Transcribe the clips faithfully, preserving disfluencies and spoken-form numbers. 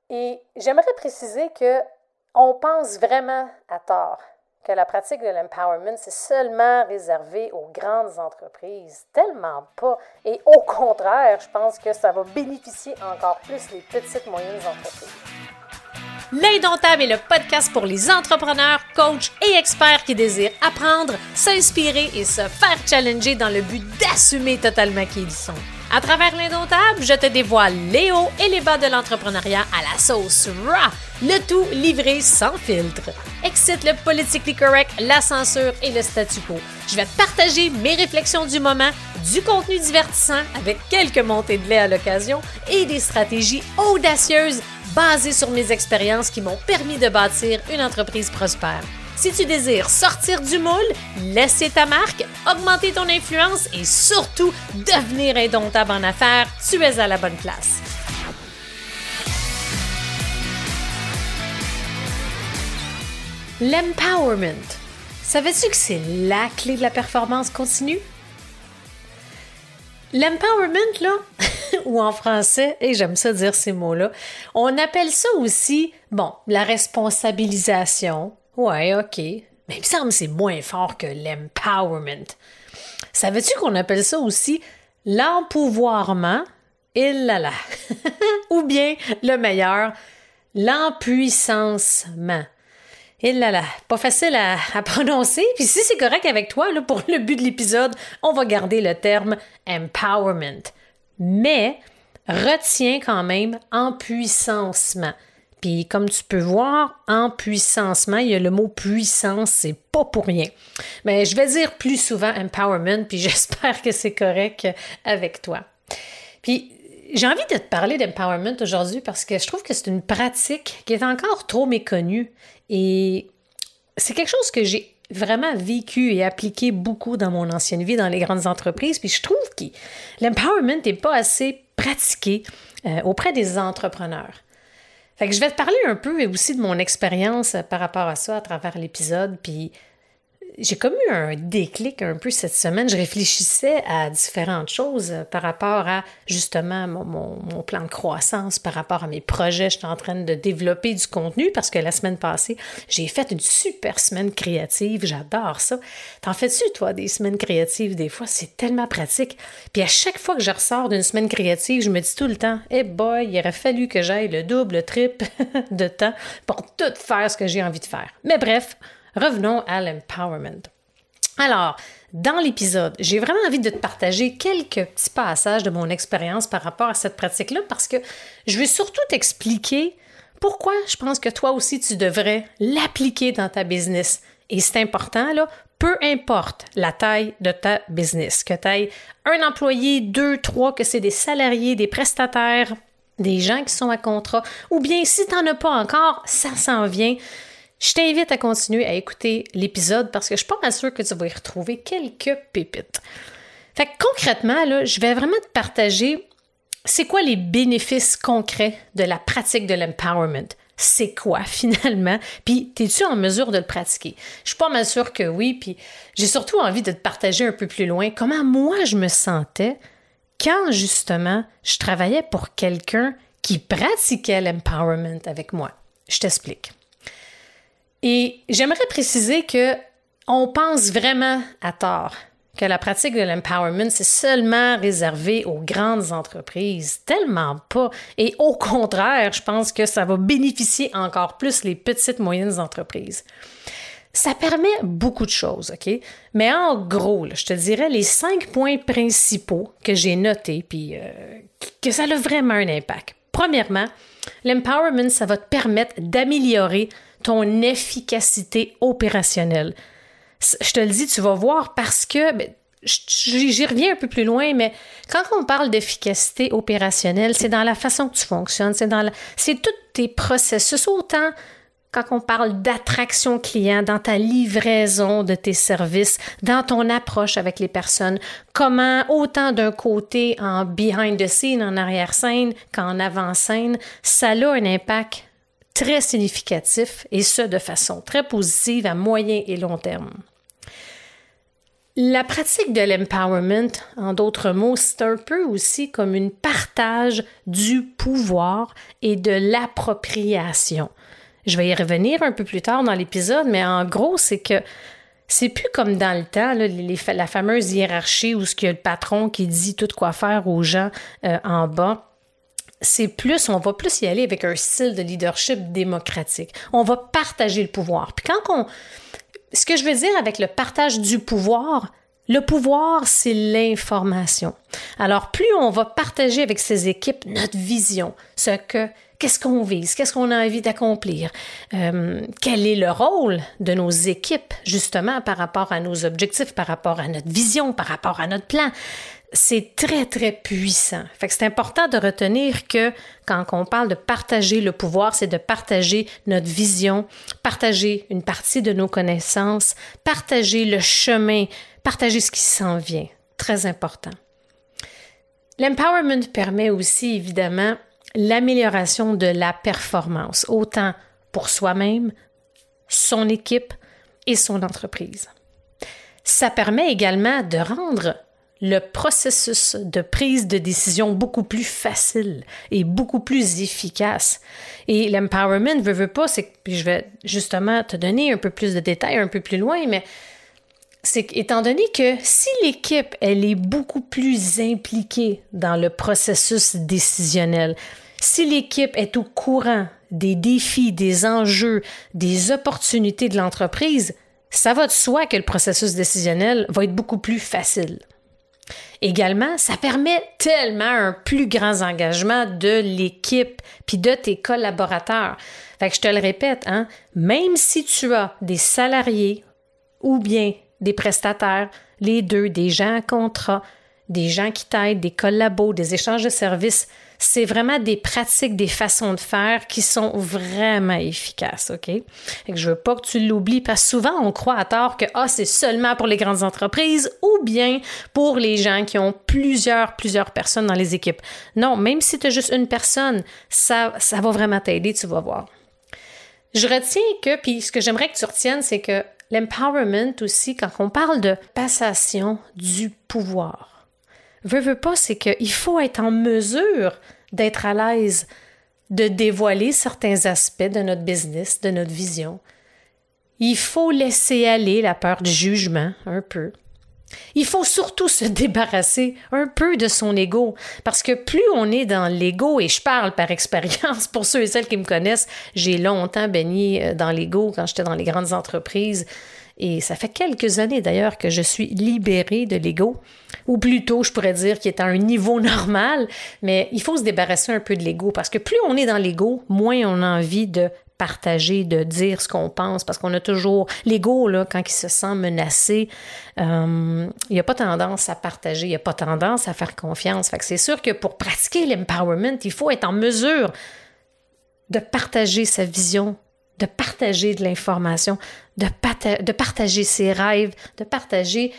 Et j'aimerais préciser qu'on pense vraiment à tort que la pratique de l'empowerment, c'est seulement réservé aux grandes entreprises. Tellement pas. Et au contraire, je pense que ça va bénéficier encore plus les petites et moyennes entreprises. L'Indomptable est le podcast pour les entrepreneurs, coachs et experts qui désirent apprendre, s'inspirer et se faire challenger dans le but d'assumer totalement qui ils sont. À travers l'Indomptable, je te dévoile les hauts et les bas de l'entrepreneuriat à la sauce raw, le tout livré sans filtre. Excite le politically correct, la censure et le statu quo. Je vais te partager mes réflexions du moment, du contenu divertissant avec quelques montées de lait à l'occasion et des stratégies audacieuses basées sur mes expériences qui m'ont permis de bâtir une entreprise prospère. Si tu désires sortir du moule, laisser ta marque, augmenter ton influence et surtout devenir indomptable en affaires, tu es à la bonne place. L'empowerment. Savais-tu que c'est la clé de la performance continue? L'empowerment, là, ou en français, et j'aime ça dire ces mots-là, on appelle ça aussi, bon, la responsabilisation. Ouais, OK. Mais il me semble que c'est moins fort que l'empowerment. Savais-tu qu'on appelle ça aussi l'empouvoirment? Et là là. Ou bien, le meilleur, l'empuissancement. Et là là, pas facile à, à prononcer. Puis si c'est correct avec toi, là, pour le but de l'épisode, on va garder le terme empowerment. Mais retiens quand même empuissancement. Puis comme tu peux voir, empuissancement, il y a le mot puissance, c'est pas pour rien. Mais je vais dire plus souvent empowerment, puis j'espère que c'est correct avec toi. Puis j'ai envie de te parler d'empowerment aujourd'hui parce que je trouve que c'est une pratique qui est encore trop méconnue et c'est quelque chose que j'ai vraiment vécu et appliqué beaucoup dans mon ancienne vie dans les grandes entreprises. Puis je trouve que l'empowerment n'est pas assez pratiqué euh, auprès des entrepreneurs. Fait que je vais te parler un peu aussi de mon expérience par rapport à ça à travers l'épisode. Puis j'ai comme eu un déclic un peu cette semaine. Je réfléchissais à différentes choses par rapport à justement mon, mon, mon plan de croissance, par rapport à mes projets. J'étais en train de développer du contenu parce que la semaine passée, j'ai fait une super semaine créative. J'adore ça. T'en fais-tu, toi, des semaines créatives des fois? C'est tellement pratique. Puis à chaque fois que je ressors d'une semaine créative, je me dis tout le temps, « Eh boy, il aurait fallu que j'aille le double, le triple de temps pour tout faire ce que j'ai envie de faire. » Mais bref, revenons à l'empowerment. Alors, dans l'épisode, j'ai vraiment envie de te partager quelques petits passages de mon expérience par rapport à cette pratique-là parce que je veux surtout t'expliquer pourquoi je pense que toi aussi tu devrais l'appliquer dans ta business. Et c'est important, là, peu importe la taille de ta business, que tu aies un employé, deux, trois, que c'est des salariés, des prestataires, des gens qui sont à contrat, ou bien si tu n'en as pas encore, ça s'en vient. Je t'invite à continuer à écouter l'épisode parce que je suis pas mal sûre que tu vas y retrouver quelques pépites. Fait que concrètement, là, je vais vraiment te partager c'est quoi les bénéfices concrets de la pratique de l'empowerment. C'est quoi finalement? Puis, es-tu en mesure de le pratiquer? Je suis pas mal sûre que oui, puis j'ai surtout envie de te partager un peu plus loin comment moi je me sentais quand justement je travaillais pour quelqu'un qui pratiquait l'empowerment avec moi. Je t'explique. Et j'aimerais préciser que on pense vraiment à tort que la pratique de l'empowerment, c'est seulement réservé aux grandes entreprises. Tellement pas. Et au contraire, je pense que ça va bénéficier encore plus les petites et moyennes entreprises. Ça permet beaucoup de choses, OK? Mais en gros, là, je te dirais les cinq points principaux que j'ai notés, puis euh, que ça a vraiment un impact. Premièrement, l'empowerment, ça va te permettre d'améliorer ton efficacité opérationnelle. Je te le dis, tu vas voir parce que, ben, j'y reviens un peu plus loin, mais quand on parle d'efficacité opérationnelle, c'est dans la façon que tu fonctionnes, c'est dans la, c'est tous tes processus, autant quand on parle d'attraction client, dans ta livraison de tes services, dans ton approche avec les personnes, comment autant d'un côté en behind the scene, en arrière-scène, qu'en avant-scène, ça a un impact très significatif et ce, de façon très positive à moyen et long terme. La pratique de l'empowerment, en d'autres mots, c'est un peu aussi comme un partage du pouvoir et de l'appropriation. Je vais y revenir un peu plus tard dans l'épisode, mais en gros, c'est que c'est plus comme dans le temps, là, les, les, la fameuse hiérarchie où il y a le patron qui dit tout quoi faire aux gens euh, en bas. C'est plus, on va plus y aller avec un style de leadership démocratique. On va partager le pouvoir. Puis quand on... Ce que je veux dire avec le partage du pouvoir, le pouvoir, c'est l'information. Alors, plus on va partager avec ces équipes notre vision, ce que, qu'est-ce qu'on vise, qu'est-ce qu'on a envie d'accomplir, euh, quel est le rôle de nos équipes, justement, par rapport à nos objectifs, par rapport à notre vision, par rapport à notre plan. C'est très, très puissant. Fait que c'est important de retenir que quand on parle de partager le pouvoir, c'est de partager notre vision, partager une partie de nos connaissances, partager le chemin, partager ce qui s'en vient. Très important. L'empowerment permet aussi, évidemment, l'amélioration de la performance, autant pour soi-même, son équipe et son entreprise. Ça permet également de rendre le processus de prise de décision beaucoup plus facile et beaucoup plus efficace. Et l'empowerment, veut, veut pas, c'est que, puis je vais justement te donner un peu plus de détails un peu plus loin, mais c'est qu'étant donné que si l'équipe, elle est beaucoup plus impliquée dans le processus décisionnel, si l'équipe est au courant des défis, des enjeux, des opportunités de l'entreprise, ça va de soi que le processus décisionnel va être beaucoup plus facile. Également, ça permet tellement un plus grand engagement de l'équipe puis de tes collaborateurs. Fait que je te le répète, hein, même si tu as des salariés ou bien des prestataires, les deux, des gens à contrat, des gens qui t'aident, des collabos, des échanges de services, c'est vraiment des pratiques, des façons de faire qui sont vraiment efficaces, OK? Et que je veux pas que tu l'oublies parce que souvent, on croit à tort que ah, c'est seulement pour les grandes entreprises ou bien pour les gens qui ont plusieurs, plusieurs personnes dans les équipes. Non, même si tu as juste une personne, ça, ça va vraiment t'aider, tu vas voir. Je retiens que, puis ce que j'aimerais que tu retiennes, c'est que l'empowerment aussi, quand on parle de passation du pouvoir, Veux, veux pas, c'est qu'il faut être en mesure d'être à l'aise de dévoiler certains aspects de notre business, de notre vision. Il faut laisser aller la peur du jugement, un peu. Il faut surtout se débarrasser un peu de son ego, parce que plus on est dans l'ego, et je parle par expérience, pour ceux et celles qui me connaissent, j'ai longtemps baigné dans l'ego quand j'étais dans les grandes entreprises, et ça fait quelques années d'ailleurs que je suis libérée de l'ego, ou plutôt je pourrais dire qu'il est à un niveau normal, mais il faut se débarrasser un peu de l'ego, parce que plus on est dans l'ego, moins on a envie de partager, de dire ce qu'on pense, parce qu'on a toujours... L'ego, là, quand il se sent menacé, euh, il n'y a pas tendance à partager, il n'y a pas tendance à faire confiance. Fait que c'est sûr que pour pratiquer l'empowerment, il faut être en mesure de partager sa vision, de partager de l'information, de, pata- de partager ses rêves, de partager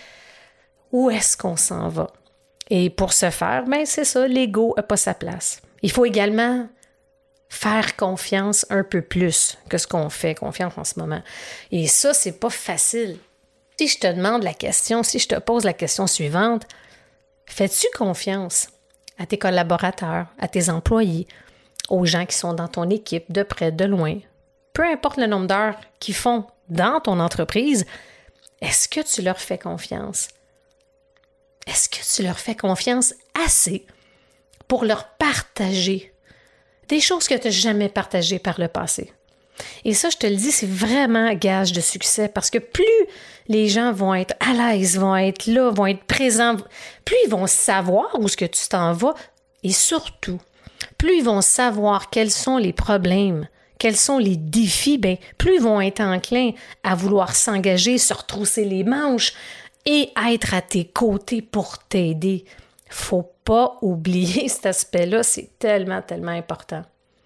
où est-ce qu'on s'en va. Et pour ce faire, ben c'est ça, l'ego n'a pas sa place. Il faut également faire confiance un peu plus que ce qu'on fait confiance en ce moment. Et ça, c'est pas facile. Si je te demande la question, si je te pose la question suivante, fais-tu confiance à tes collaborateurs, à tes employés, aux gens qui sont dans ton équipe, de près, de loin? Peu importe le nombre d'heures qu'ils font dans ton entreprise, est-ce que tu leur fais confiance? Est-ce que tu leur fais confiance assez pour leur partager des choses que tu n'as jamais partagées par le passé? Et ça, je te le dis, c'est vraiment gage de succès parce que plus les gens vont être à l'aise, vont être là, vont être présents, plus ils vont savoir où est-ce que tu t'en vas et surtout, plus ils vont savoir quels sont les problèmes, quels sont les défis, bien, plus ils vont être enclins à vouloir s'engager, se retrousser les manches et être à tes côtés pour t'aider. Faut pas oublier cet aspect-là, c'est tellement, tellement important.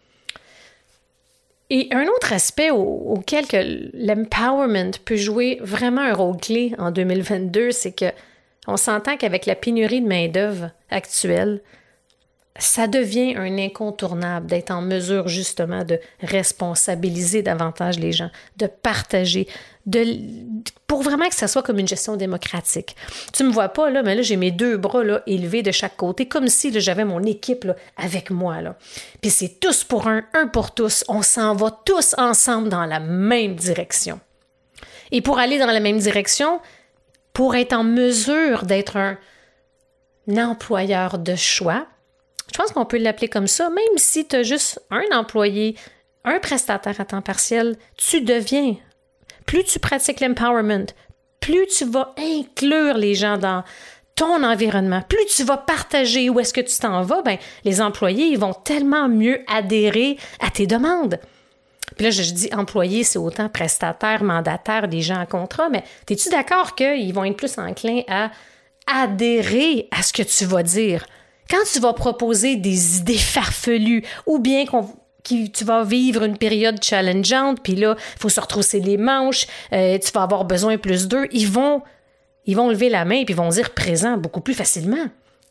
Et un autre aspect au, auquel que l'empowerment peut jouer vraiment un rôle clé en deux mille vingt-deux, c'est que on s'entend qu'avec la pénurie de main-d'œuvre actuelle, ça devient un incontournable d'être en mesure justement de responsabiliser davantage les gens, de partager, de, pour vraiment que ça soit comme une gestion démocratique. Tu me vois pas, là, mais là, j'ai mes deux bras là, élevés de chaque côté, comme si là, j'avais mon équipe là, avec moi. Là. Puis c'est tous pour un, un pour tous. On s'en va tous ensemble dans la même direction. Et pour aller dans la même direction, pour être en mesure d'être un, un employeur de choix, je pense qu'on peut l'appeler comme ça, même si tu as juste un employé, un prestataire à temps partiel, tu deviens, plus tu pratiques l'empowerment, plus tu vas inclure les gens dans ton environnement, plus tu vas partager où est-ce que tu t'en vas, ben, les employés ils vont tellement mieux adhérer à tes demandes. Puis là, je dis employé, c'est autant prestataire, mandataire, des gens en contrat, mais es-tu d'accord qu'ils vont être plus enclins à adhérer à ce que tu vas dire? Quand tu vas proposer des idées farfelues ou bien qu'on, que tu vas vivre une période challengeante, puis là, il faut se retrousser les manches, euh, tu vas avoir besoin plus d'eux, ils vont, ils vont lever la main et ils vont dire présent beaucoup plus facilement.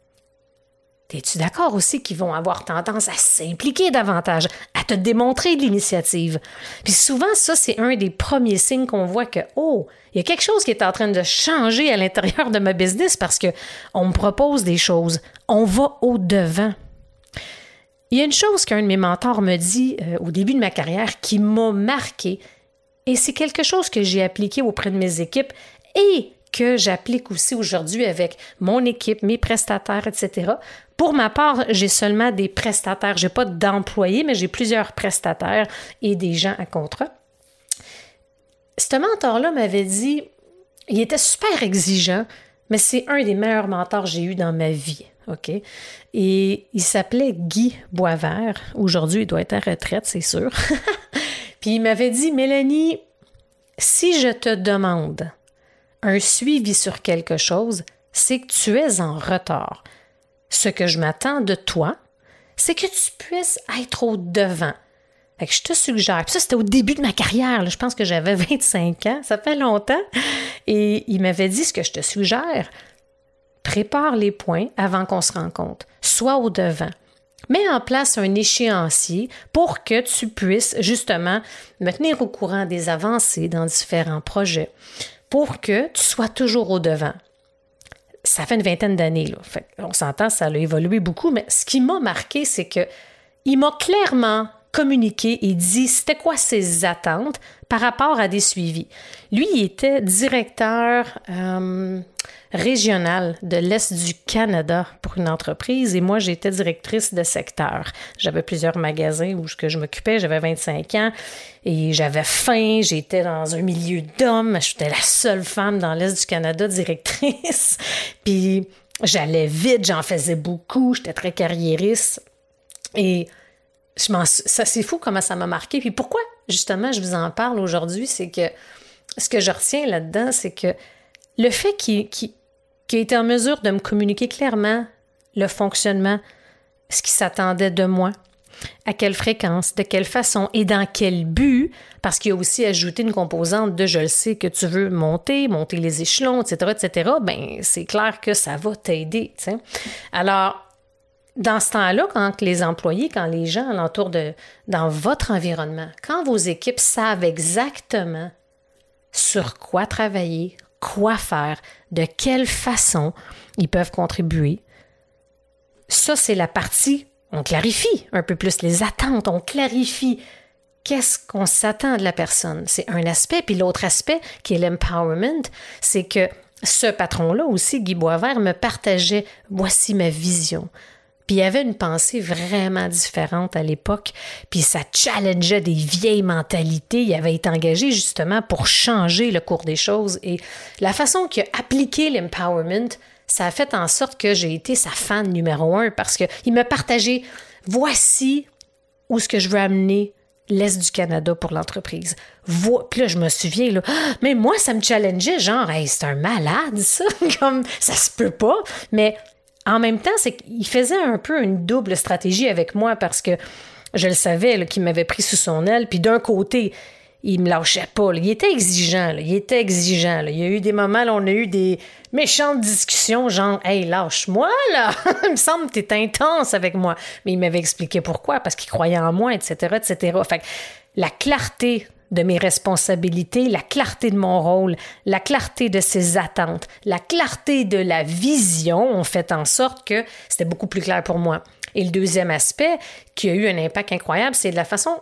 Es-tu d'accord aussi qu'ils vont avoir tendance à s'impliquer davantage, à te démontrer de l'initiative? Puis souvent, ça, c'est un des premiers signes qu'on voit que, oh, il y a quelque chose qui est en train de changer à l'intérieur de ma business parce qu'on me propose des choses. On va au-devant. Il y a une chose qu'un de mes mentors me dit euh, au début de ma carrière qui m'a marqué et c'est quelque chose que j'ai appliqué auprès de mes équipes et que j'applique aussi aujourd'hui avec mon équipe, mes prestataires, et cetera. Pour ma part, j'ai seulement des prestataires. Je n'ai pas d'employés, mais j'ai plusieurs prestataires et des gens à contrat. Ce mentor-là m'avait dit, il était super exigeant, mais c'est un des meilleurs mentors que j'ai eu dans ma vie. OK? Et il s'appelait Guy Boisvert. Aujourd'hui, il doit être à retraite, c'est sûr. Puis il m'avait dit, Mélanie, si je te demande un suivi sur quelque chose, c'est que tu es en retard. Ce que je m'attends de toi, c'est que tu puisses être au devant. Fait que je te suggère, puis ça c'était au début de ma carrière, là, je pense que j'avais vingt-cinq ans, ça fait longtemps, et il m'avait dit ce que je te suggère, prépare les points avant qu'on se rencontre, sois au devant. Mets en place un échéancier pour que tu puisses justement me tenir au courant des avancées dans différents projets, pour que tu sois toujours au devant. Ça fait une vingtaine d'années, là. Fait, on s'entend, ça a évolué beaucoup, mais ce qui m'a marqué, c'est que il m'a clairement communiqué et dit c'était quoi ses attentes par rapport à des suivis. Lui, il était directeur euh, régional de l'Est du Canada pour une entreprise et moi, j'étais directrice de secteur. J'avais plusieurs magasins où je m'occupais, j'avais vingt-cinq ans et j'avais faim, j'étais dans un milieu d'hommes, j'étais la seule femme dans l'Est du Canada directrice, puis j'allais vite, j'en faisais beaucoup, j'étais très carriériste et Je m'en, ça, c'est fou comment ça m'a marqué. Puis pourquoi, justement, je vous en parle aujourd'hui, c'est que ce que je retiens là-dedans, c'est que le fait qu'il, qu'il, qu'il ait été en mesure de me communiquer clairement le fonctionnement, ce qui s'attendait de moi, à quelle fréquence, de quelle façon et dans quel but, parce qu'il a aussi ajouté une composante de « je le sais que tu veux monter, monter les échelons, et cetera, et cetera » bien, c'est clair que ça va t'aider, tu sais. Alors, dans ce temps-là, quand les employés, quand les gens alentour de, dans votre environnement, quand vos équipes savent exactement sur quoi travailler, quoi faire, de quelle façon ils peuvent contribuer, ça, c'est la partie, on clarifie un peu plus les attentes, on clarifie qu'est-ce qu'on s'attend de la personne. C'est un aspect, puis l'autre aspect, qui est l'empowerment, c'est que ce patron-là aussi, Guy Boisvert, me partageait « voici ma vision ». Puis il y avait une pensée vraiment différente à l'époque, puis ça challengeait des vieilles mentalités. Il avait été engagé justement pour changer le cours des choses. Et la façon qu'il a appliqué l'empowerment, ça a fait en sorte que j'ai été sa fan numéro un parce qu'il m'a partagé « voici où ce que je veux amener l'Est du Canada pour l'entreprise. » Puis là, je me souviens, là, mais moi, ça me challengeait, genre hey, « c'est un malade, ça! » Comme ça se peut pas, mais... En même temps, c'est qu'il faisait un peu une double stratégie avec moi parce que je le savais là, qu'il m'avait pris sous son aile. Puis d'un côté, il me lâchait pas. Là. Il était exigeant. Là. Il était exigeant. Là. Il y a eu des moments, là, on a eu des méchantes discussions, genre « Hey, lâche-moi, là! Il me semble que t'es intense avec moi. » Mais il m'avait expliqué pourquoi, parce qu'il croyait en moi, et cetera, et cetera. Fait que la clarté de mes responsabilités, la clarté de mon rôle, la clarté de ses attentes, la clarté de la vision ont fait en sorte que c'était beaucoup plus clair pour moi. Et le deuxième aspect qui a eu un impact incroyable, c'est de la façon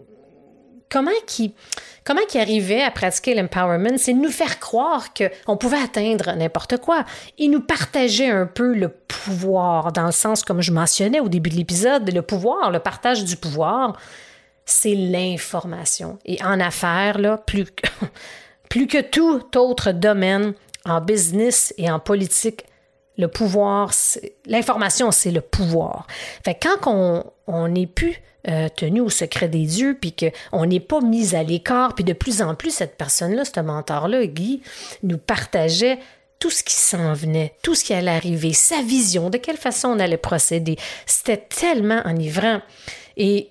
comment qu'il comment qu'il arrivait à pratiquer l'empowerment, c'est de nous faire croire qu'on pouvait atteindre n'importe quoi. Il nous partageait un peu le pouvoir, dans le sens, comme je mentionnais au début de l'épisode, le pouvoir, le partage du pouvoir, c'est l'information. Et en affaires, là, plus que, plus que tout autre domaine, en business et en politique, le pouvoir, c'est, l'information, c'est le pouvoir. Fait que quand on, on n'est plus euh, tenu au secret des dieux, puis qu'on n'est pas mis à l'écart, puis de plus en plus, cette personne-là, ce mentor-là, Guy, nous partageait tout ce qui s'en venait, tout ce qui allait arriver, sa vision, de quelle façon on allait procéder. C'était tellement enivrant. Et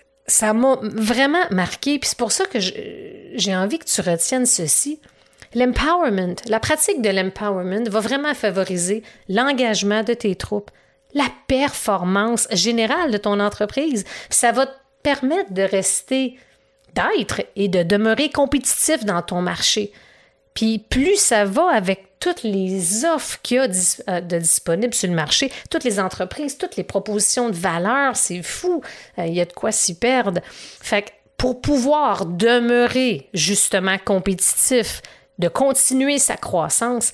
ça m'a vraiment marqué, puis c'est pour ça que je, j'ai envie que tu retiennes ceci. L'empowerment, la pratique de l'empowerment va vraiment favoriser l'engagement de tes troupes, la performance générale de ton entreprise. Ça va te permettre de rester, d'être et de demeurer compétitif dans ton marché. Puis plus ça va avec toutes les offres qu'il y a de disponibles sur le marché, toutes les entreprises, toutes les propositions de valeur, c'est fou. Il y a de quoi s'y perdre. Fait que pour pouvoir demeurer justement compétitif, de continuer sa croissance,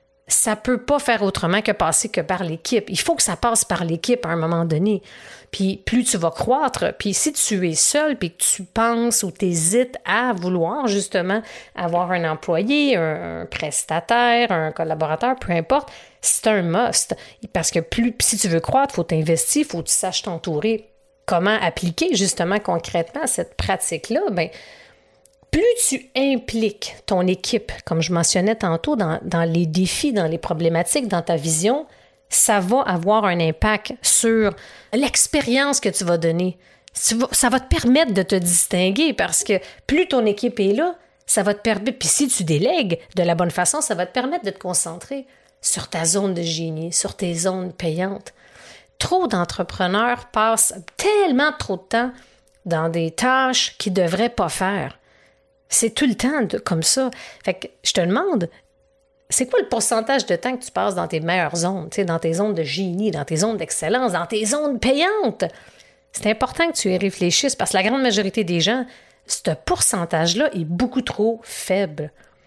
ça peut pas faire autrement que passer que par l'équipe. Il faut que ça passe par l'équipe à un moment donné. Puis plus tu vas croître, puis si tu es seul, puis que tu penses ou tu hésites à vouloir justement avoir un employé, un, un prestataire, un collaborateur, peu importe, c'est un must. Parce que plus si tu veux croître, il faut t'investir, il faut que tu saches t'entourer. Comment appliquer justement concrètement cette pratique-là? Bien, plus tu impliques ton équipe, comme je mentionnais tantôt, dans, dans les défis, dans les problématiques, dans ta vision, ça va avoir un impact sur l'expérience que tu vas donner. Ça va te permettre de te distinguer parce que plus ton équipe est là, ça va te permettre, puis si tu délègues de la bonne façon, ça va te permettre de te concentrer sur ta zone de génie, sur tes zones payantes. Trop d'entrepreneurs passent tellement trop de temps dans des tâches qu'ils ne devraient pas faire. C'est tout le temps de, comme ça. Fait que je te demande, c'est quoi le pourcentage de temps que tu passes dans tes meilleures zones, tu sais, dans tes zones de génie, dans tes zones d'excellence, dans tes zones payantes? C'est important que tu y réfléchisses parce que la grande majorité des gens, ce pourcentage-là est beaucoup trop faible.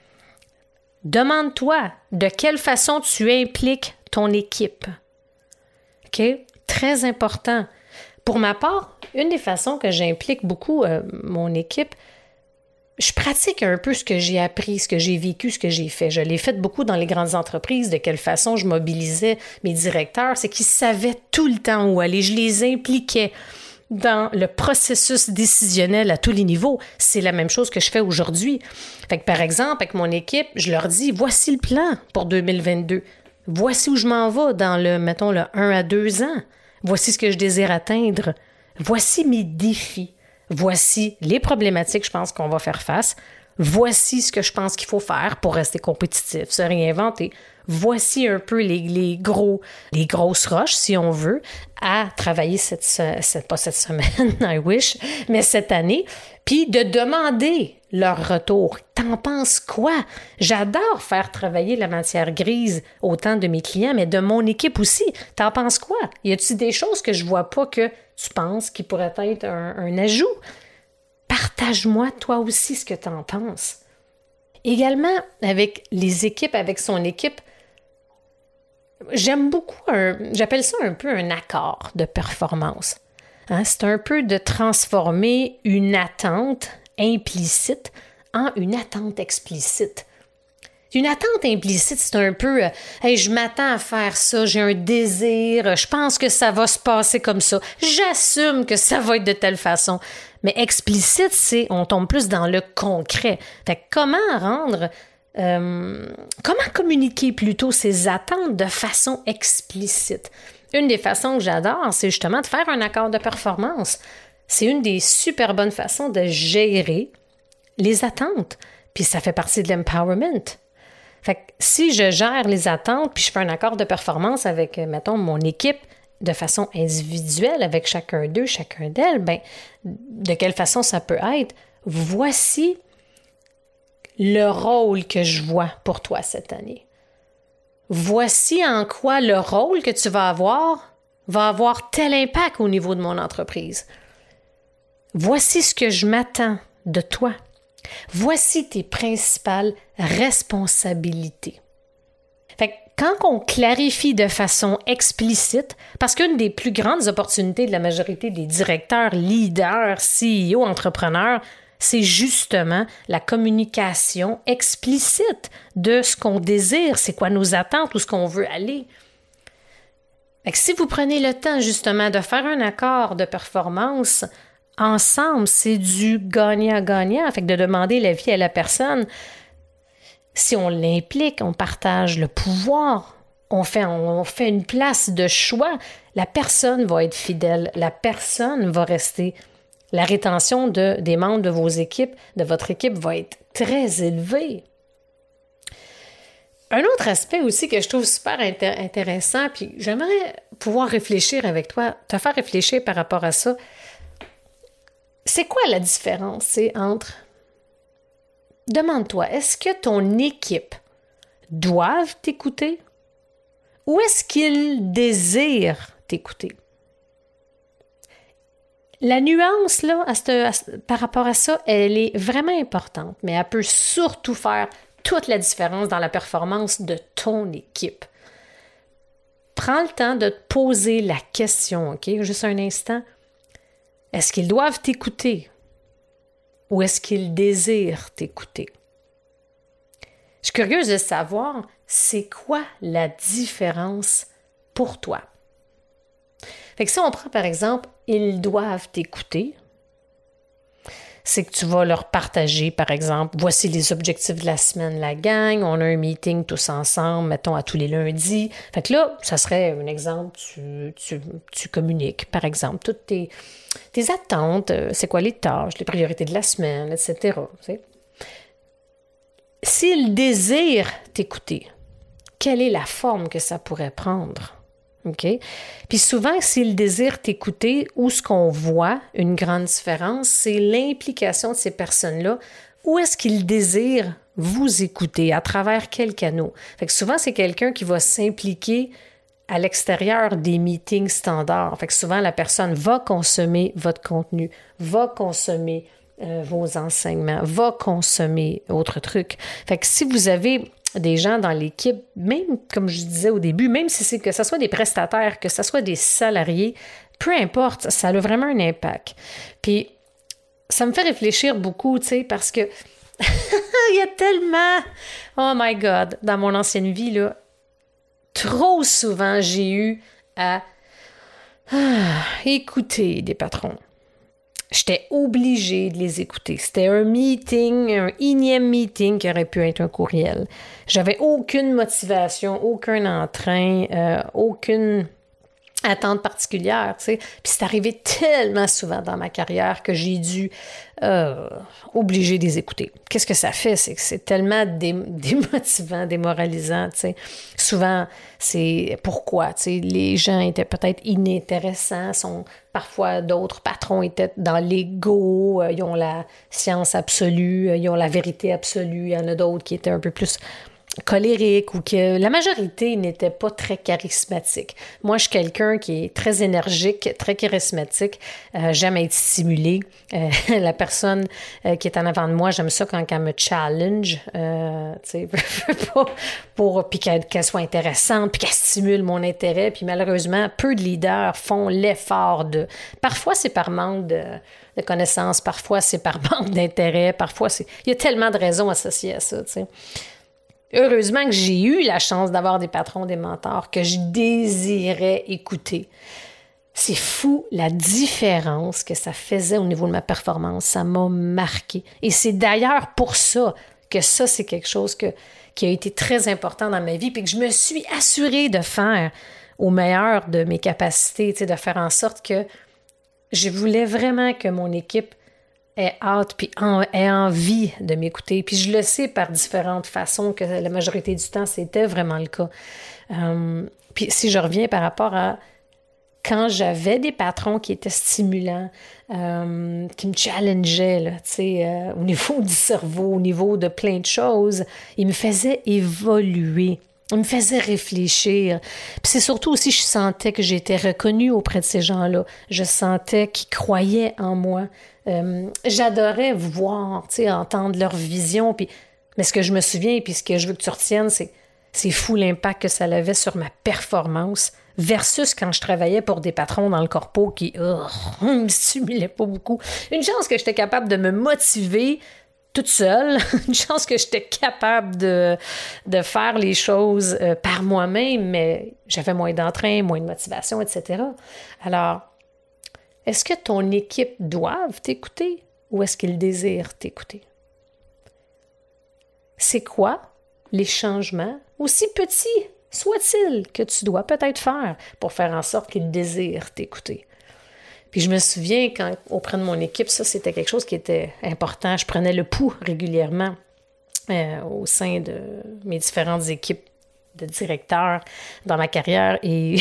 Demande-toi de quelle façon tu impliques ton équipe. OK? Très important. Pour ma part, une des façons que j'implique beaucoup euh, mon équipe, je pratique un peu ce que j'ai appris, ce que j'ai vécu, ce que j'ai fait. Je l'ai fait beaucoup dans les grandes entreprises, de quelle façon je mobilisais mes directeurs. C'est qu'ils savaient tout le temps où aller. Je les impliquais dans le processus décisionnel à tous les niveaux. C'est la même chose que je fais aujourd'hui. Fait que, par exemple, avec mon équipe, je leur dis, voici le plan pour deux mille vingt-deux. Voici où je m'en vais dans le, mettons, le un à deux ans. Voici ce que je désire atteindre. Voici mes défis. Voici les problématiques que je pense qu'on va faire face. Voici ce que je pense qu'il faut faire pour rester compétitif, se réinventer. Voici un peu les, les gros, les grosses roches, si on veut, à travailler cette, cette pas cette semaine, I wish, mais cette année, puis de demander leur retour. T'en penses quoi? J'adore faire travailler la matière grise autant de mes clients, mais de mon équipe aussi. T'en penses quoi? Y a-t-il des choses que je vois pas que tu penses qui pourraient être un, un ajout? Partage-moi toi aussi ce que tu en penses. Également, avec les équipes, avec son équipe, j'aime beaucoup, un, j'appelle ça un peu un accord de performance. Hein? C'est un peu de transformer une attente implicite en une attente explicite. Une attente implicite, c'est un peu euh, « Hey, je m'attends à faire ça, j'ai un désir, je pense que ça va se passer comme ça, j'assume que ça va être de telle façon. » Mais explicite, c'est on tombe plus dans le concret. Fait que comment rendre, euh, comment communiquer plutôt ces attentes de façon explicite? Une des façons que j'adore, c'est justement de faire un accord de performance. C'est une des super bonnes façons de gérer les attentes. Puis ça fait partie de l'empowerment. Fait que si je gère les attentes, puis je fais un accord de performance avec, mettons, mon équipe de façon individuelle, avec chacun d'eux, chacun d'elles, bien, de quelle façon ça peut être? Voici le rôle que je vois pour toi cette année. Voici en quoi le rôle que tu vas avoir va avoir tel impact au niveau de mon entreprise. Voici ce que je m'attends de toi. Voici tes principales responsabilités. Fait que quand on clarifie de façon explicite, parce qu'une des plus grandes opportunités de la majorité des directeurs, leaders, C E O, entrepreneurs, c'est justement la communication explicite de ce qu'on désire, c'est quoi nos attentes, où ce qu'on veut aller. Fait que si vous prenez le temps justement de faire un accord de performance ensemble, c'est du gagnant-gagnant, fait que de demander l'avis à la personne. Si on l'implique, on partage le pouvoir, on fait, on fait une place de choix, la personne va être fidèle, la personne va rester. La rétention de, des membres de vos équipes, de votre équipe, va être très élevée. Un autre aspect aussi que je trouve super intér- intéressant, puis j'aimerais pouvoir réfléchir avec toi, te faire réfléchir par rapport à ça. C'est quoi la différence c'est, entre... Demande-toi, est-ce que ton équipe doivent t'écouter ou est-ce qu'ils désirent t'écouter? La nuance, là, à ce, à ce, par rapport à ça, elle est vraiment importante, mais elle peut surtout faire toute la différence dans la performance de ton équipe. Prends le temps de te poser la question, OK? Juste un instant. Est-ce qu'ils doivent t'écouter ou est-ce qu'ils désirent t'écouter? Je suis curieuse de savoir, c'est quoi la différence pour toi? Fait que si on prend par exemple, ils doivent t'écouter, c'est que tu vas leur partager, par exemple, voici les objectifs de la semaine, la gang, on a un meeting tous ensemble, mettons à tous les lundis. Fait que là, ça serait un exemple, tu, tu, tu communiques, par exemple, toutes tes, tes attentes, c'est quoi les tâches, les priorités de la semaine, et cetera. Tu sais. S'ils désirent t'écouter, quelle est la forme que ça pourrait prendre? OK? Puis souvent, s'ils désirent t'écouter, où ce qu'on voit une grande différence, c'est l'implication de ces personnes-là. Où est-ce qu'ils désirent vous écouter? À travers quel canal? Fait que souvent, c'est quelqu'un qui va s'impliquer à l'extérieur des meetings standards. Fait que souvent, la personne va consommer votre contenu, va consommer euh, vos enseignements, va consommer autres trucs. Fait que si vous avez des gens dans l'équipe, même comme je disais au début, même si c'est que ce soit des prestataires, que ce soit des salariés, peu importe, ça a vraiment un impact. Puis, ça me fait réfléchir beaucoup, tu sais, parce que il y a tellement, oh my God, dans mon ancienne vie, là, trop souvent, j'ai eu à ah, écouter des patrons. J'étais obligée de les écouter. C'était un meeting, un énième meeting qui aurait pu être un courriel. J'avais aucune motivation, aucun entrain, euh, aucune attente particulière, tu sais. Puis c'est arrivé tellement souvent dans ma carrière que j'ai dû euh, obliger de les écouter. Qu'est-ce que ça fait? C'est que c'est tellement dé- démotivant, démoralisant, tu sais. Souvent, c'est pourquoi, tu sais, les gens étaient peut-être inintéressants, sont parfois d'autres patrons étaient dans l'ego, euh, ils ont la science absolue, euh, ils ont la vérité absolue. Il y en a d'autres qui étaient un peu plus colérique ou que la majorité n'était pas très charismatique. Moi, je suis quelqu'un qui est très énergique, très charismatique. Euh, j'aime être stimulée. Euh, la personne euh, qui est en avant de moi, j'aime ça quand elle me challenge, euh, tu sais, pour, pour puis qu'elle, qu'elle soit intéressante, puis qu'elle stimule mon intérêt. Puis malheureusement, peu de leaders font l'effort de... Parfois, c'est par manque de, de connaissances, parfois, c'est par manque d'intérêt, parfois, c'est... Il y a tellement de raisons associées à ça, tu sais. Heureusement que j'ai eu la chance d'avoir des patrons, des mentors que je désirais écouter. C'est fou la différence que ça faisait au niveau de ma performance. Ça m'a marqué. Et c'est d'ailleurs pour ça que ça, c'est quelque chose que, qui a été très important dans ma vie puis que je me suis assurée de faire au meilleur de mes capacités, tu sais, de faire en sorte que je voulais vraiment que mon équipe ait hâte puis en, ait envie de m'écouter. Puis je le sais par différentes façons que la majorité du temps, c'était vraiment le cas. Euh, puis si je reviens par rapport à quand j'avais des patrons qui étaient stimulants, euh, qui me challengeaient là, tu sais, euh, au niveau du cerveau, au niveau de plein de choses, ils me faisaient évoluer. Ils me faisaient réfléchir. Puis c'est surtout aussi, je sentais que j'étais reconnue auprès de ces gens-là. Je sentais qu'ils croyaient en moi. Euh, j'adorais voir, tu sais, entendre leur vision. Puis, mais ce que je me souviens, puis ce que je veux que tu retiennes, c'est, c'est fou l'impact que ça avait sur ma performance versus quand je travaillais pour des patrons dans le corpo qui oh, me stimulaient pas beaucoup. Une chance que j'étais capable de me motiver toute seule, une chance que j'étais capable de, de faire les choses euh, par moi-même, mais j'avais moins d'entrain, moins de motivation, et cetera. Alors, est-ce que ton équipe doit t'écouter ou est-ce qu'ils désirent t'écouter? C'est quoi les changements, aussi petits soit-il, que tu dois peut-être faire pour faire en sorte qu'ils désirent t'écouter? Puis je me souviens, quand auprès de mon équipe, ça, c'était quelque chose qui était important. Je prenais le pouls régulièrement euh, au sein de mes différentes équipes de directeurs dans ma carrière. Et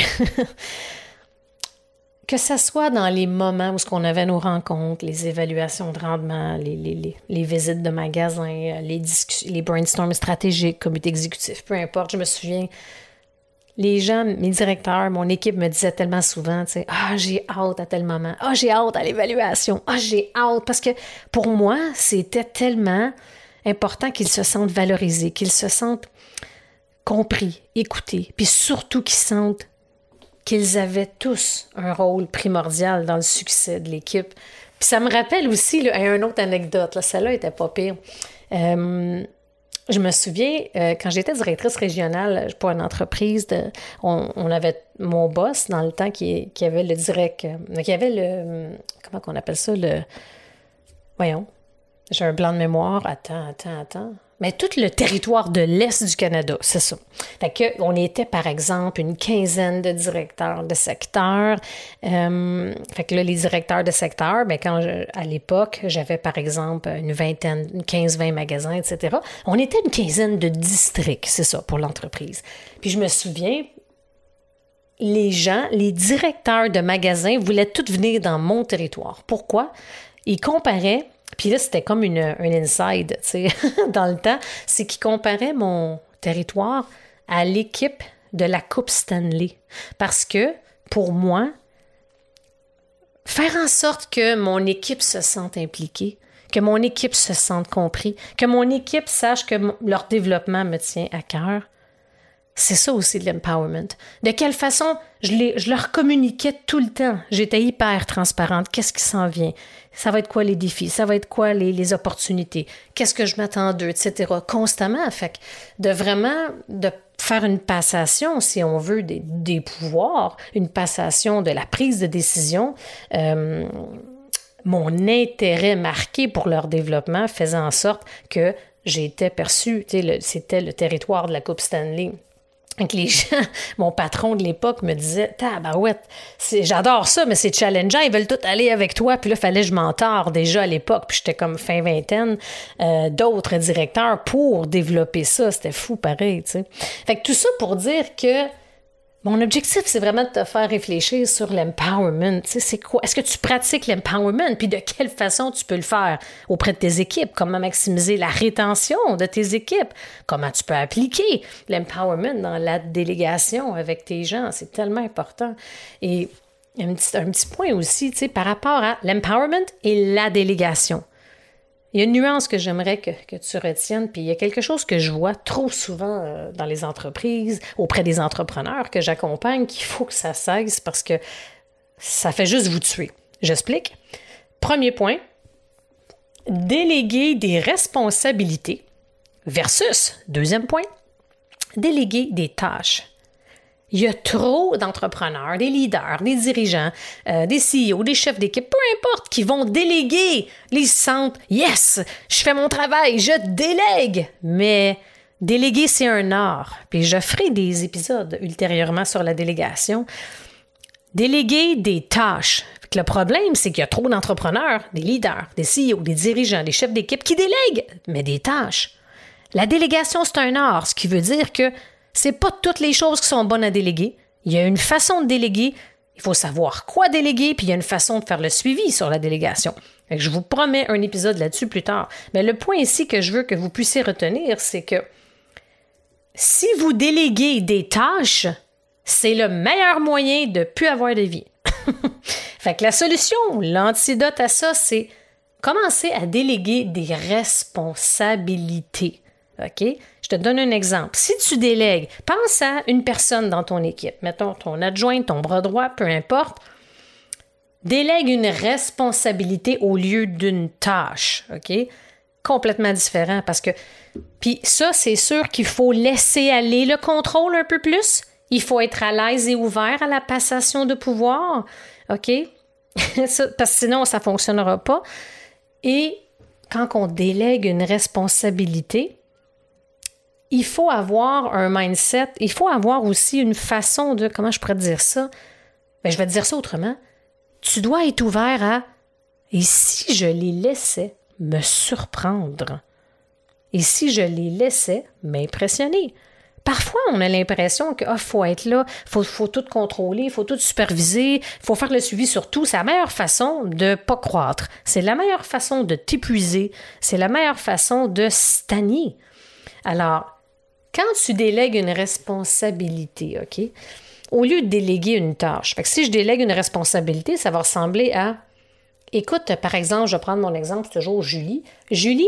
que ce soit dans les moments où on avait nos rencontres, les évaluations de rendement, les, les, les, les visites de magasins, les, discussions, les brainstorms stratégiques, comité exécutif, peu importe, je me souviens... Les gens, mes directeurs, mon équipe me disaient tellement souvent, tu sais, « Ah, j'ai hâte à tel moment. Ah, j'ai hâte à l'évaluation. Ah, j'ai hâte. » Parce que pour moi, c'était tellement important qu'ils se sentent valorisés, qu'ils se sentent compris, écoutés, puis surtout qu'ils sentent qu'ils avaient tous un rôle primordial dans le succès de l'équipe. Puis ça me rappelle aussi là, une autre anecdote. Là, celle-là était pas pire. Euh, Je me souviens, euh, quand j'étais directrice régionale pour une entreprise, de, on, on avait mon boss dans le temps qui, qui avait le direct, euh, qui avait le, comment qu'on appelle ça, le, voyons, j'ai un blanc de mémoire, attends, attends, attends, mais tout le territoire de l'Est du Canada, c'est ça. Fait que on était, par exemple, une quinzaine de directeurs de secteur. Euh, fait que là, les directeurs de secteur, ben quand je, à l'époque, j'avais, par exemple, une vingtaine, une quinze vingt magasins, et cetera. On était une quinzaine de districts, c'est ça, pour l'entreprise. Puis je me souviens, les gens, les directeurs de magasins voulaient tous venir dans mon territoire. Pourquoi? Ils comparaient. Puis là, c'était comme une, un inside, tu sais, dans le temps. C'est qu'ils comparaient mon territoire à l'équipe de la Coupe Stanley. Parce que, pour moi, faire en sorte que mon équipe se sente impliquée, que mon équipe se sente compris, que mon équipe sache que mon, leur développement me tient à cœur, c'est ça aussi de l'empowerment. De quelle façon je, les, je leur communiquais tout le temps. J'étais hyper transparente. Qu'est-ce qui s'en vient? Ça va être quoi les défis? Ça va être quoi les, les opportunités? Qu'est-ce que je m'attends d'eux? Etc. Constamment. Fait que de vraiment de faire une passation, si on veut, des, des pouvoirs, une passation de la prise de décision, euh, mon intérêt marqué pour leur développement faisait en sorte que j'ai été perçue, tu sais, le, c'était le territoire de la Coupe Stanley. Donc les gens, mon patron de l'époque me disait « Tabarouette, c'est, j'adore ça, mais c'est challengeant, ils veulent tous aller avec toi. » Puis là, il fallait que je m'entorre déjà à l'époque. Puis j'étais comme fin vingtaine, euh, d'autres directeurs pour développer ça. C'était fou pareil, tu sais. Fait que tout ça pour dire que mon objectif, c'est vraiment de te faire réfléchir sur l'empowerment. Tu sais, c'est quoi? Est-ce que tu pratiques l'empowerment? Puis de quelle façon tu peux le faire auprès de tes équipes? Comment maximiser la rétention de tes équipes? Comment tu peux appliquer l'empowerment dans la délégation avec tes gens? C'est tellement important. Et un petit, un petit point aussi, tu sais, par rapport à l'empowerment et la délégation. Il y a une nuance que j'aimerais que, que tu retiennes, puis il y a quelque chose que je vois trop souvent euh, dans les entreprises, auprès des entrepreneurs que j'accompagne, qu'il faut que ça cesse parce que ça fait juste vous tuer. J'explique. Premier point, déléguer des responsabilités versus, deuxième point, déléguer des tâches. Il y a trop d'entrepreneurs, des leaders, des dirigeants, euh, des C E O, des chefs d'équipe, peu importe, qui vont déléguer. Ils se sentent « Yes, je fais mon travail, je délègue! » Mais déléguer, c'est un art. Puis je ferai des épisodes ultérieurement sur la délégation. Déléguer des tâches. Le problème, c'est qu'il y a trop d'entrepreneurs, des leaders, des C E O, des dirigeants, des chefs d'équipe qui délèguent, mais des tâches. La délégation, c'est un art, ce qui veut dire que c'est pas toutes les choses qui sont bonnes à déléguer. Il y a une façon de déléguer, il faut savoir quoi déléguer, puis il y a une façon de faire le suivi sur la délégation. Fait que je vous promets un épisode là-dessus plus tard. Mais le point ici que je veux que vous puissiez retenir, c'est que si vous déléguez des tâches, c'est le meilleur moyen de ne plus avoir de vie. Fait que la solution, l'antidote à ça, c'est commencer à déléguer des responsabilités. OK? Je te donne un exemple. Si tu délègues, pense à une personne dans ton équipe, mettons ton adjoint, ton bras droit, peu importe, délègue une responsabilité au lieu d'une tâche. OK? Complètement différent parce que... Puis ça, c'est sûr qu'il faut laisser aller le contrôle un peu plus. Il faut être à l'aise et ouvert à la passation de pouvoir, OK? ça, parce que sinon, ça ne fonctionnera pas. Et quand on délègue une responsabilité, il faut avoir un mindset, il faut avoir aussi une façon de... Comment je pourrais dire ça? Bien, je vais te dire ça autrement. Tu dois être ouvert à... Et si je les laissais me surprendre? Et si je les laissais m'impressionner? Parfois, on a l'impression qu'il oh, faut être là, il faut, faut tout contrôler, il faut tout superviser, il faut faire le suivi sur tout. C'est la meilleure façon de ne pas croître. C'est la meilleure façon de t'épuiser. C'est la meilleure façon de stagner. Alors, quand tu délègues une responsabilité, OK, au lieu de déléguer une tâche, fait que si je délègue une responsabilité, ça va ressembler à... Écoute, par exemple, je vais prendre mon exemple, c'est toujours Julie. Julie,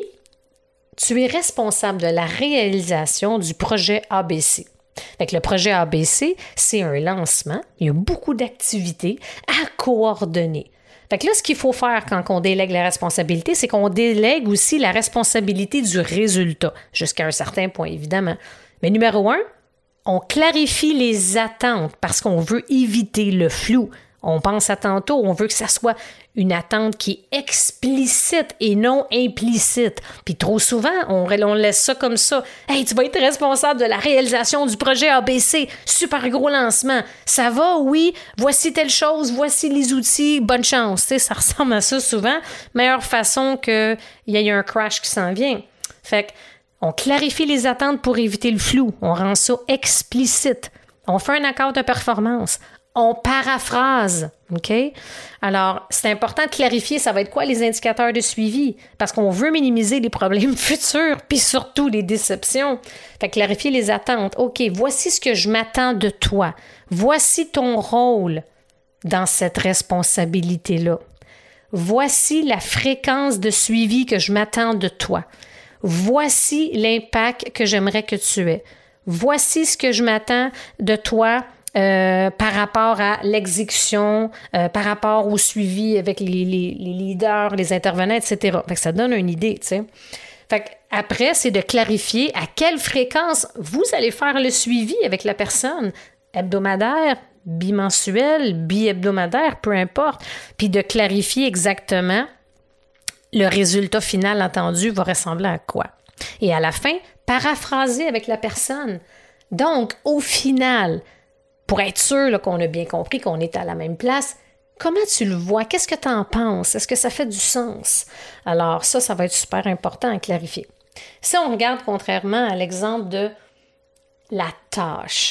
tu es responsable de la réalisation du projet A B C. Fait que le projet A B C, c'est un lancement. Il y a beaucoup d'activités à coordonner. Fait que là, ce qu'il faut faire quand on délègue la responsabilité, c'est qu'on délègue aussi la responsabilité du résultat, jusqu'à un certain point, évidemment. Mais numéro un, on clarifie les attentes parce qu'on veut éviter le flou. On pense à tantôt, on veut que ça soit une attente qui est explicite et non implicite. Puis trop souvent, on, on laisse ça comme ça. « Hey, tu vas être responsable de la réalisation du projet A B C. Super gros lancement. Ça va? Oui. Voici telle chose. Voici les outils. Bonne chance. » Tu sais, ça ressemble à ça souvent. Meilleure façon qu'il y ait un crash qui s'en vient. Fait que on clarifie les attentes pour éviter le flou. On rend ça explicite. On fait un accord de performance. On paraphrase, OK? Alors, c'est important de clarifier, ça va être quoi les indicateurs de suivi? Parce qu'on veut minimiser les problèmes futurs, puis surtout les déceptions. Fait que clarifier les attentes. OK, voici ce que je m'attends de toi. Voici ton rôle dans cette responsabilité-là. Voici la fréquence de suivi que je m'attends de toi. Voici l'impact que j'aimerais que tu aies. Voici ce que je m'attends de toi Euh, par rapport à l'exécution, euh, par rapport au suivi avec les, les, les leaders, les intervenants, et cetera. Fait que ça donne une idée, tu sais. Fait que après, c'est de clarifier à quelle fréquence vous allez faire le suivi avec la personne, hebdomadaire, bimensuel, bi-hebdomadaire, peu importe, puis de clarifier exactement le résultat final attendu va ressembler à quoi. Et à la fin, paraphraser avec la personne. Donc, au final, pour être sûr là, qu'on a bien compris qu'on est à la même place, comment tu le vois? Qu'est-ce que tu en penses? Est-ce que ça fait du sens? Alors ça, ça va être super important à clarifier. Si on regarde contrairement à l'exemple de la tâche,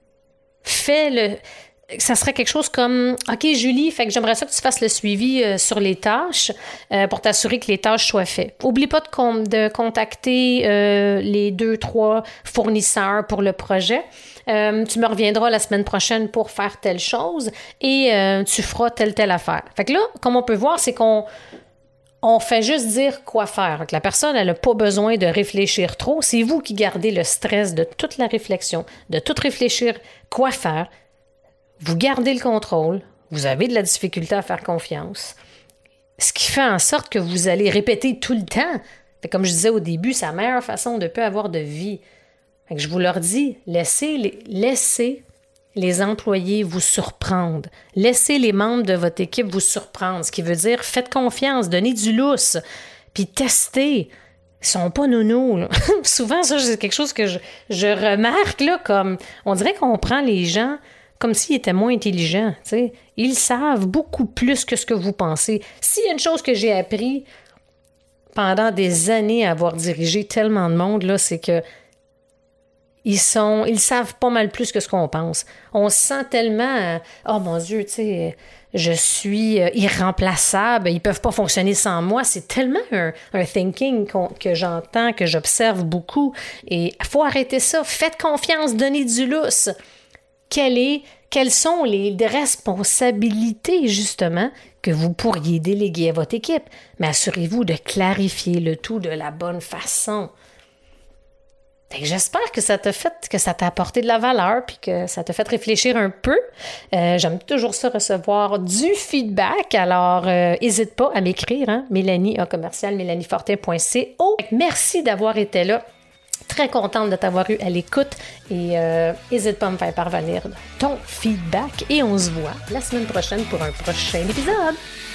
fais le... Ça serait quelque chose comme « OK, Julie, fait que j'aimerais ça que tu fasses le suivi euh, sur les tâches euh, pour t'assurer que les tâches soient faites. Oublie pas de, com- de contacter euh, les deux, trois fournisseurs pour le projet. Euh, tu me reviendras la semaine prochaine pour faire telle chose et euh, tu feras telle, telle affaire. » Fait que là, comme on peut voir, c'est qu'on on fait juste dire quoi faire. Fait que la personne, elle n'a pas besoin de réfléchir trop. C'est vous qui gardez le stress de toute la réflexion, de tout réfléchir quoi faire. Vous gardez le contrôle, vous avez de la difficulté à faire confiance, ce qui fait en sorte que vous allez répéter tout le temps. Fait comme je disais au début, c'est la meilleure façon de ne pas avoir de vie. Fait que je vous leur dis, laissez les, laissez les employés vous surprendre. Laissez les membres de votre équipe vous surprendre, ce qui veut dire faites confiance, donnez du lousse, puis testez. Ils sont pas nounous. Là. Souvent, ça, c'est quelque chose que je, je remarque, là, comme on dirait qu'on prend les gens comme s'ils étaient moins intelligents. T'sais. Ils savent beaucoup plus que ce que vous pensez. S'il y a une chose que j'ai appris pendant des années à avoir dirigé tellement de monde, là, c'est que ils sont, ils savent pas mal plus que ce qu'on pense. On se sent tellement, oh mon Dieu, tu sais, je suis irremplaçable, ils peuvent pas fonctionner sans moi. C'est tellement un, un thinking que j'entends, que j'observe beaucoup. Et il faut arrêter ça. Faites confiance, donnez du lousse. Quelle est, quelles sont les responsabilités, justement, que vous pourriez déléguer à votre équipe? Mais assurez-vous de clarifier le tout de la bonne façon. J'espère que ça t'a fait, que ça t'a apporté de la valeur puis que ça t'a fait réfléchir un peu. Euh, j'aime toujours ça recevoir du feedback, alors n'hésite euh, pas à m'écrire, hein, Mélanie à commercial mélaniefortin point co. Merci d'avoir été là. Très contente de t'avoir eu à l'écoute et n'hésite euh, pas à me faire parvenir ton feedback et on se voit la semaine prochaine pour un prochain épisode.